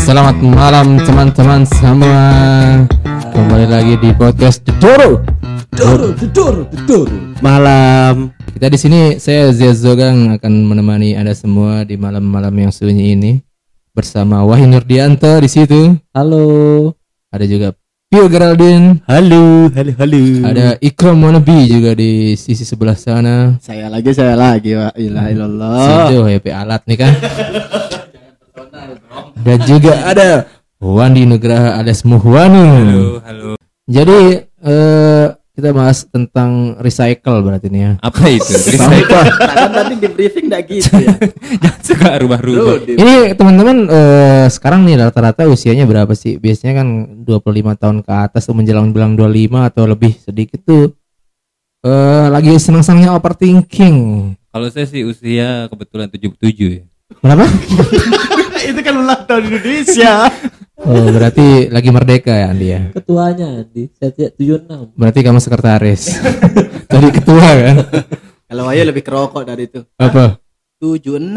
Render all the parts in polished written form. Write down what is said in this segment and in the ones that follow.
Selamat malam teman-teman semua. Kembali lagi di podcast Doro Malam. Kita di sini, saya Zia Zogang akan menemani Anda semua di malam-malam yang sunyi ini bersama Wahyu Nurdianto di situ. Halo. Ada juga Pio Geraldine. Halo. Ada Ikram Wannabe juga di sisi sebelah sana. Saya lagi, wa ilaha illallah. Sido HP alat nih kan. Dan juga ada Wandi Nugraha alias Muhwanu. Halo. Jadi kita bahas tentang recycle berarti nih ya. Apa itu? Recycle. Kan tadi di briefing enggak gitu ya. Jangan suka rubah-rubah. Ini teman-teman sekarang nih rata-rata usianya berapa sih? Biasanya kan 25 tahun ke atas tuh menjelang 25 atau lebih sedikit tuh lagi senang-senangnya overthinking. Kalau saya sih usia kebetulan 77 ya. Berapa? Itu kan ulang tahun Indonesia. Oh, berarti lagi merdeka ya Andi ya. Ketuanya di saya 76. Berarti kamu sekretaris. Tadi ketua kan? Kalau Wahyu lebih kerokok dari itu. Apa? 76.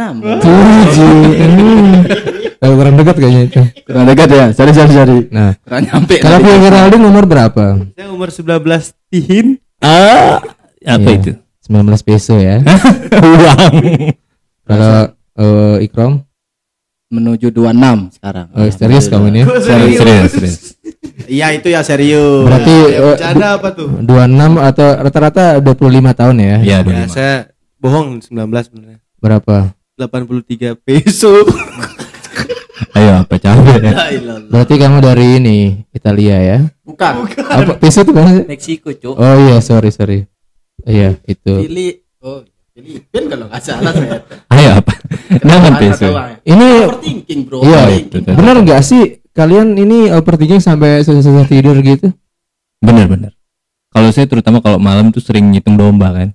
7. Kurang dekat kayaknya itu. Kurang dekat ya. Sorry. Nah, Kurang nyampe. kalau Pio Geraldine umur berapa? Saya umur 19 tihin. Apa Iya, itu? 19 peso ya. Uang. Kalau Ikram? Menuju 26 sekarang. Oh, serius kamu ini? Serius. Iya itu ya serius. Berarti Bercanda apa tuh? 26 atau rata-rata 25 tahun ya? Iya, Ya, saya bohong 19 sebenarnya. Berapa? 83 peso. Ayo apa capek ya? La ilallah. Berarti kamu dari ini Italia ya? Bukan. Apa peso itu kan? Meksiko, Cuk. Oh iya, sorry. Iya, itu. Filipin kalau nggak salah saya. Ayo apa? Jangan peso. Ini Overthinking bro. iya, Overthinking. benar nggak sih kalian ini overthinking sampai susah-susah tidur gitu? Bener. Kalau saya terutama kalau malam tuh sering ngitung domba kan.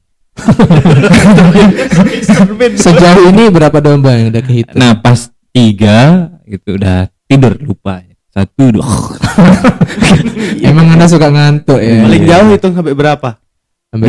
Sejauh ini berapa domba yang udah kehitung? Nah pas 3 gitu udah tidur lupa. 1, 2. Emang Anda suka ngantuk ya? Paling jauh hitung sampai berapa? Sampai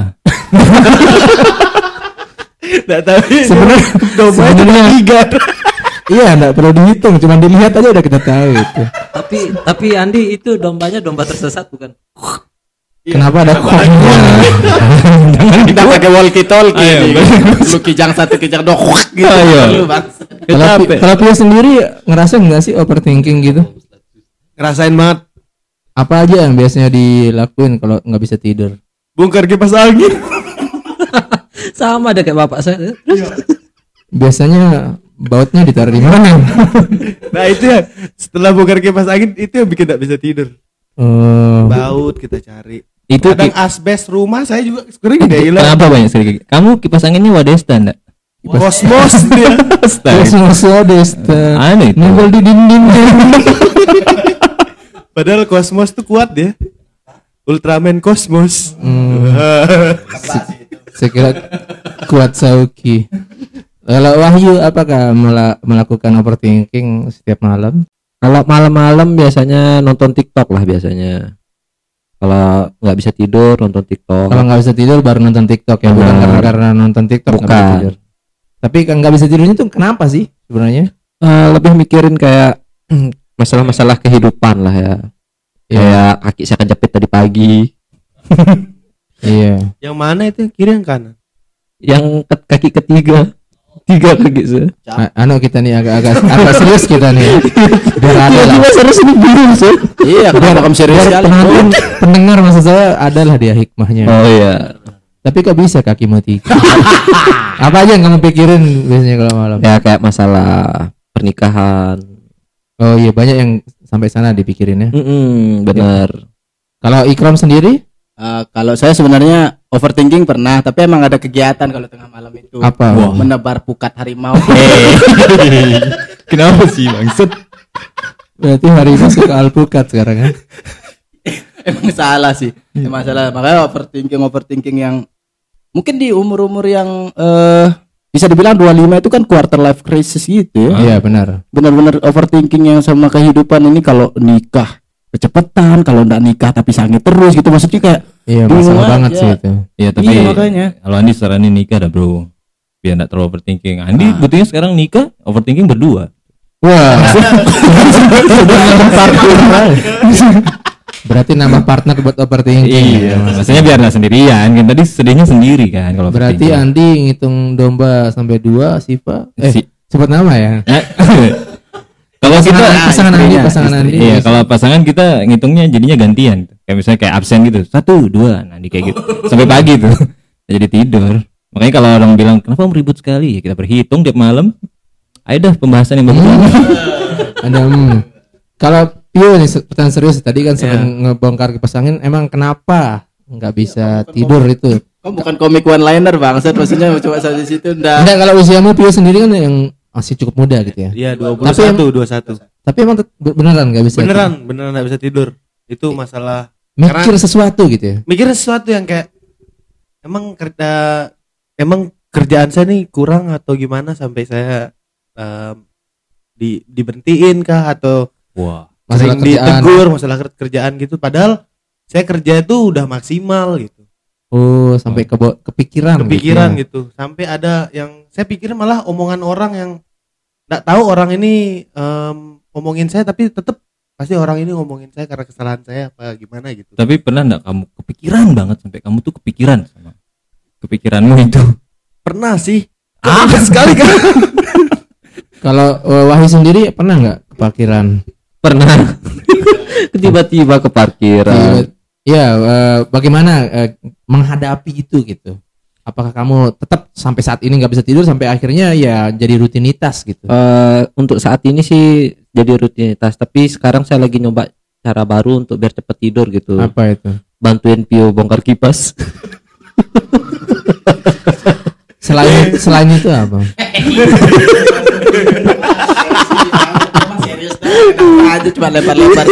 2. Enggak tahu. Sebenarnya Dompetnya 3. iya, enggak perlu dihitung, cuma dilihat aja udah kita tahu itu. Tapi Andi itu dombanya domba tersesat bukan? Kenapa ada koknya? Jangan kita pakai walkie talkie. Ayo, Lu kijang satu kijang dua gitu. Ayo. Lu, Bang. Kalau Pio sendiri ngerasa nggak sih overthinking gitu? Ngerasain banget. Apa aja yang biasanya dilakuin kalau nggak bisa tidur? Bongkar kipas angin. Sama ada kayak bapak saya. Biasanya bautnya ditaruh di mana? Nah itu ya. Setelah bongkar kipas angin itu yang bikin enggak bisa tidur. Baut kita cari. Itu Kadang asbes rumah saya juga sering deh hilang. kenapa banyak sering? Kamu kipas anginnya Wadesta enggak? Kosmos dia. Kosmos Wadesta. Aneh itu. Nempel di dinding. Padahal Kosmos tuh kuat dia. Ultraman Kosmos. Saya kira kuat Sauki. Kalau Wahyu apakah melakukan overthinking setiap malam? Kalau malam-malam biasanya nonton TikTok lah biasanya. Kalau nggak bisa tidur nonton TikTok. Kalau nggak bisa tidur baru nonton TikTok ya, bukan karena nonton TikTok nggak bisa Bukan. tidur. Tapi kan nggak bisa tidurnya tuh kenapa sih sebenarnya? Lebih mikirin kayak masalah-masalah kehidupan lah ya. Kayak kaki saya kejepit tadi pagi. Iya. Yang mana itu? Kiri yang kanan? Yang kaki ketiga. 3 kaki saya. Anu kita nih agak serius kita nih. Biar ada lah. serius ini bingung sih. Iya, kenapa kamu serius Biar sekali? penonton pendengar maksud saya adalah dia hikmahnya. Oh iya. Tapi kok bisa kaki mau 3? Apa aja yang kamu pikirin biasanya kalau malam? Ya kayak masalah pernikahan. Oh iya, banyak yang sampai sana dipikirin ya. Bener. Kalau Ikram sendiri Kalau saya sebenarnya overthinking pernah, tapi emang ada kegiatan kalau tengah malam itu. apa? Menebar pukat harimau. Kenapa sih maksud? Berarti hari ini suka alpukat sekarang kan? Emang salah sih. Emang salah. Makanya overthinking yang mungkin di umur-umur yang bisa dibilang 25 itu kan quarter life crisis gitu ya. Iya benar. Benar-benar overthinking yang sama kehidupan ini, kalau nikah kecepatan, kalau enggak nikah tapi sange terus gitu, maksudnya kayak Iya bingung masalah banget aja. sih itu. Iya tapi Iya, makanya. kalau Andi saranin nikah dah bro, biar nggak terlalu overthinking. Andi butuhnya sekarang nikah overthinking berdua. Wah. Berarti nama partner buat overthinking. Iya, maksudnya biar nggak sendirian. Kan tadi sedihnya sendiri kan kalau Berarti overthinking. Andi ngitung domba sampai 2, Siva. Si- Sebut nama ya. Kalau kita Pasangan Andi, pasangan Andi. Iya, kalau pasangan kita ngitungnya jadinya gantian. Kayak misalnya kayak absen gitu. 1, 2, nanti kayak gitu. Sampai pagi tuh. Jadi tidur. Makanya kalau orang bilang kenapa ribut sekali, ya kita berhitung tiap malam. Ayo dah pembahasan yang bagus. Ada kalau Pio nih pertanyaan serius tadi kan sering ngebongkar kipas angin, emang kenapa nggak bisa tidur itu? Kamu bukan komik one liner bangsat, maksudnya coba sampai situ ndak. Enggak, kalau usiamu Pio sendiri kan yang masih cukup muda gitu ya. Iya, Tapi 21. Tapi emang beneran nggak bisa. Beneran nggak bisa tidur. Itu masalah Mikir sesuatu gitu ya. mikir sesuatu yang kayak emang kerjaan saya nih kurang atau gimana sampai saya diberhentiin kah atau Wah. Masalah sering kerjaan. ditegur masalah kerjaan gitu, padahal saya kerja itu udah maksimal gitu. Oh, sampai kepikiran Gitu. Sampai ada yang saya pikir malah omongan orang yang nggak tahu orang ini ngomongin saya, tapi tetap pasti orang ini ngomongin saya karena kesalahan saya apa gimana gitu. Tapi pernah nggak kamu kepikiran banget sampai kamu tuh kepikiran sama kepikiranmu itu? Pernah sih. Sekali kan. Kalau Wahyu sendiri pernah nggak kepikiran? Pernah. Tiba-tiba ke parkiran. Ya, bagaimana menghadapi itu gitu? Apakah kamu tetap sampai saat ini nggak bisa tidur sampai akhirnya ya jadi rutinitas gitu? Untuk saat ini sih jadi rutinitas, tapi sekarang saya lagi nyoba cara baru untuk biar cepet tidur gitu. Apa itu? Bantuin Pio bongkar kipas. Selain itu apa? Serius aja cuma lempar-lempar.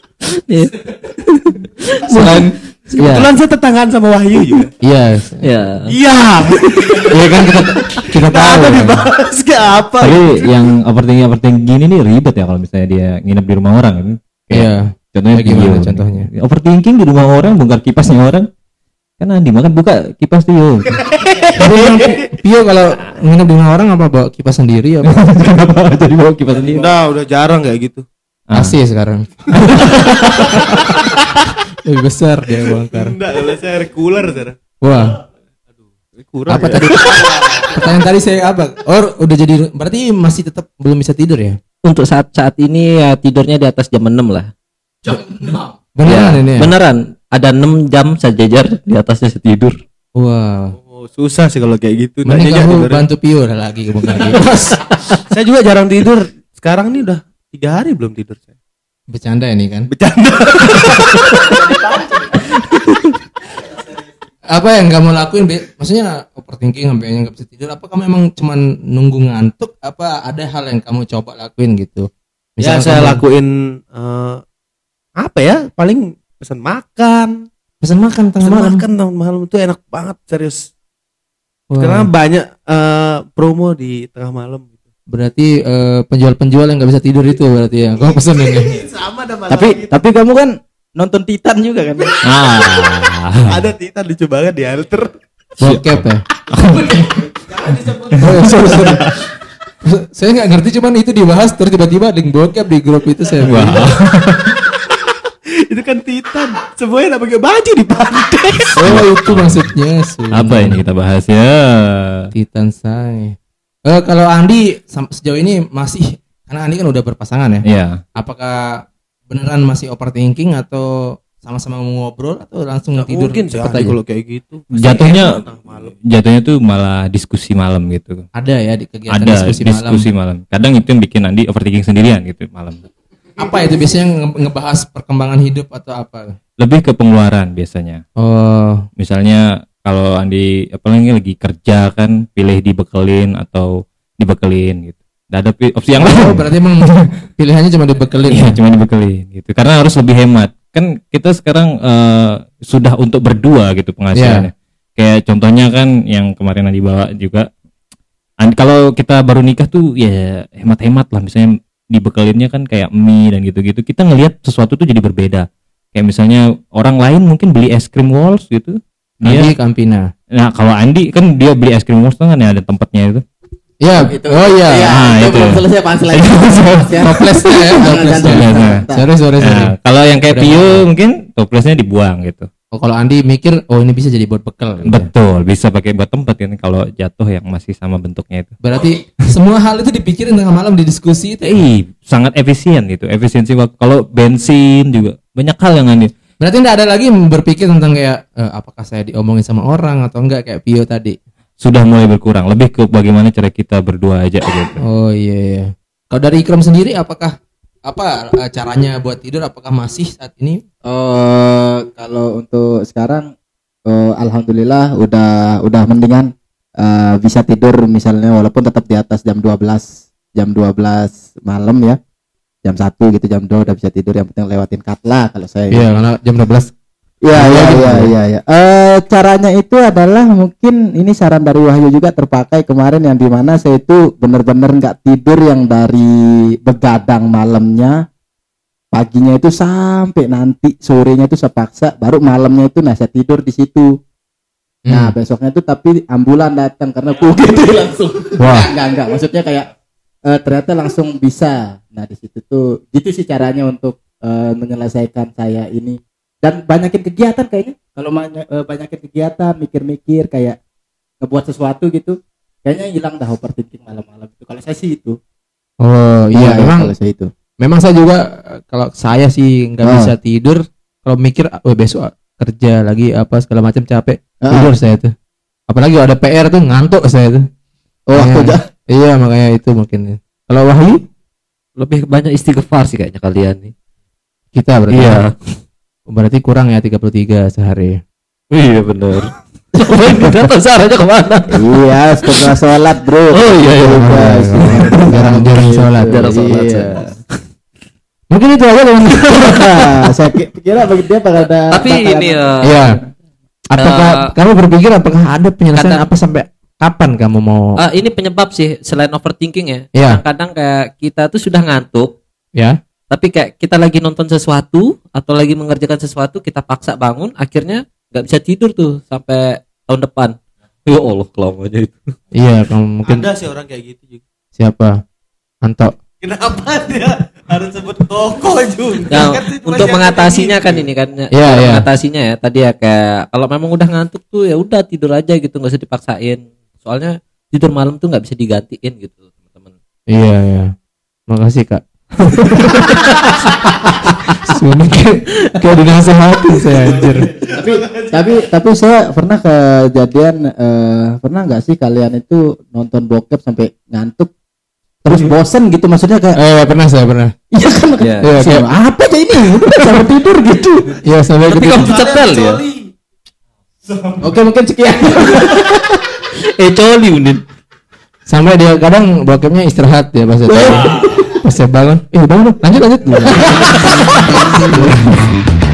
Selain Kebetulan saya tetanggaan sama Wahyu juga. Iya, ya. Iya. iya kan kita tahu. Apa kan? dibahas kayak apa? Tapi yang overthinking gini nih ribet ya kalau misalnya dia nginep di rumah orang gitu. Iya. Contohnya Kayak gimana Pio. contohnya? Overthinking di rumah orang, bongkar kipasnya orang. Kan Andi makan buka kipas tuh yo. Tapi yang Pio kalau nginep di rumah orang apa bawa kipas sendiri apa? Kenapa jadi bawa kipas sendiri? Udah jarang kayak gitu. AC sekarang. Lebih besar dia bongkar. Enggak, kalau saya reguler sekarang. Wah, Kurang. apa ya? tadi? Pertanyaan tadi saya apa? Oh, udah jadi berarti masih tetap belum bisa tidur ya? Untuk saat ini ya tidurnya di atas jam 6 lah. Beneran Ya, ini ya? beneran. Ada 6 jam saya jejer di atasnya saya tidur. Wah. Oh, susah sih kalau kayak gitu. Mending Nggak kamu tidurnya. bantu Pio dah lagi bongkar kipas. Saya juga jarang tidur. Sekarang nih udah 3 hari belum tidur saya. Bercanda ini kan? Bercanda. Apa yang kamu lakuin? Maksudnya overthinking sampai nggak bisa tidur. Apa kamu emang cuman nunggu ngantuk? Apa ada hal yang kamu coba lakuin gitu? Ya saya lakuin apa ya? Paling pesan makan. pesan makan tengah Pesan malam. makan tengah malam itu enak banget serius. Wah, Karena banyak promo di tengah malam. berarti penjual-penjual yang nggak bisa tidur itu berarti ya. Kamu pesan ini. Sama ada Tapi kamu kan nonton Titan juga kan? ada Titan lucu banget di alter. Bokep ya. Oh, sorry. Saya nggak ngerti, cuman itu dibahas terus tiba-tiba link bokep di grup itu saya. Itu kan Titan. Semuanya enggak pakai baju di pantai. Oh itu maksudnya. Apa ini kita bahas ya? Titan Say. Kalau Andi sejauh ini masih, karena Andi kan udah berpasangan ya. Iya. Apakah beneran masih overthinking atau sama-sama ngobrol atau langsung tidur Mungkin sih cepet Andi aja? kalau kayak gitu. Jatuhnya Tengah malam. jatuhnya tuh malah diskusi malam gitu. Ada ya di kegiatan Ada diskusi malam. malam. Kadang itu yang bikin Andi overthinking sendirian gitu malam. Apa itu biasanya ngebahas perkembangan hidup atau apa? Lebih ke pengeluaran biasanya. Oh, Misalnya kalau Andi apalagi lagi kerja kan pilih dibekelin atau dibekelin gitu. Nggak ada opsi yang oh lain. berarti emang pilihannya cuma dibekelin. Iya, ya? cuma dibekelin gitu. Karena harus lebih hemat. Kan kita sekarang sudah untuk berdua gitu penghasilannya. Kayak contohnya kan yang kemarin Andi bawa juga. Kalau kita baru nikah tuh ya hemat-hemat lah. Misalnya dibekelinnya kan kayak mie dan gitu-gitu. Kita ngelihat sesuatu tuh jadi berbeda. Kayak misalnya orang lain mungkin beli es krim Walls gitu. Dia, Andi Campina. nah kalau Andi kan dia beli es krim Walls kan ya ada tempatnya itu. Iya. Itu. Oh iya. Iya, Ah, itu itu. belum selesai punchline. Toplesnya ya, toplesnya. Sorry. Nah, kalau yang kayak Udah Pio maaf. mungkin toplesnya dibuang gitu. Oh, kalau Andi mikir, oh ini bisa jadi buat bekal. Betul, bisa pakai buat tempat kan kalau jatuh yang masih sama bentuknya itu. Berarti semua hal itu dipikirin tengah malam di diskusi itu. Sangat efisien gitu. Efisiensi waktu. Kalau bensin juga banyak hal yang aneh. Berarti enggak ada lagi berpikir tentang kayak apakah saya diomongin sama orang atau enggak kayak Pio tadi. Sudah mulai berkurang, lebih ke bagaimana cara kita berdua aja gitu. Oh iya. Kalau dari Ikram sendiri apakah caranya buat tidur apakah masih saat ini? Kalau untuk sekarang alhamdulillah udah mendingan, bisa tidur misalnya walaupun tetap di atas jam 12 malam ya. Jam 1 gitu, jam 2 udah bisa tidur, yang penting lewatin katla kalau saya. Iya, karena jam 12. Iya. Caranya itu adalah mungkin ini saran dari Wahyu juga terpakai kemarin yang dimana saya itu benar-benar nggak tidur yang dari begadang malamnya, paginya itu sampai nanti sorenya itu sepaksa, baru malamnya itu saya tidur di situ. Nah besoknya itu tapi ambulan datang karena aku gitu langsung. Wah. Enggak maksudnya kayak ternyata langsung bisa. Nah di situ tuh gitu sih caranya untuk menyelesaikan saya ini. Dan banyakin kegiatan kayaknya. Kalau banyakin kegiatan, mikir-mikir kayak ngebuat sesuatu gitu, kayaknya hilang dah overthinking malam-malam itu. Kalau saya sih itu. Oh iya, memang kalau saya itu. memang saya juga kalau saya sih nggak bisa tidur kalau mikir besok kerja lagi apa segala macam capek tidur saya tuh. Apalagi ada PR tuh ngantuk saya tuh. Iya makanya itu mungkin. Kalau Wahyu Lebih banyak istighfar sih kayaknya kalian nih. kita berarti. Iya. Berarti kurang ya 33 sehari. Iya benar. Kita tahu caranya kemana? Iya, setelah sholat bro. Oh iya. Jarang sholat. Jarang sholat. Iya. Mungkin itu aja teman. Saya kira bagi dia bakal ada. Tapi ini Iya. Apakah kamu berpikir apakah ada penyelesaian apa sampai kapan kamu mau? ini penyebab sih selain overthinking ya. Iya. Kadang kayak kita tuh sudah ngantuk, Ya. tapi kayak kita lagi nonton sesuatu atau lagi mengerjakan sesuatu, kita paksa bangun, akhirnya nggak bisa tidur tuh sampai tahun depan. Ya Allah, kelamanya itu. Iya, kamu mungkin Ada sih orang kayak gitu juga. siapa? Anto. Kenapa dia harus sebut toko juga? Nah, Kan cuma untuk siapa mengatasinya kayak kan gitu. ini kan Iya, cara iya. mengatasinya ya tadi ya kayak kalau memang udah ngantuk tuh ya udah tidur aja gitu, nggak usah dipaksain. Soalnya tidur malam tuh nggak bisa digantiin gitu teman-teman. Iya. Makasih, Kak. Sebenarnya kayak dinasehatin saya anjir. Tapi saya pernah kejadian pernah nggak sih kalian itu nonton bokep sampai ngantuk terus bosen gitu maksudnya kayak Pernah saya pernah. iya kan Iya. Iya, kayak apa aja ini sampai tidur gitu. iya sampai Tapi gitu. kamu cetel ya? Oke mungkin sekian. Coli Unin. Sampai dia kadang bokepnya istirahat ya pas saya bangun. Bangun. Lanjut.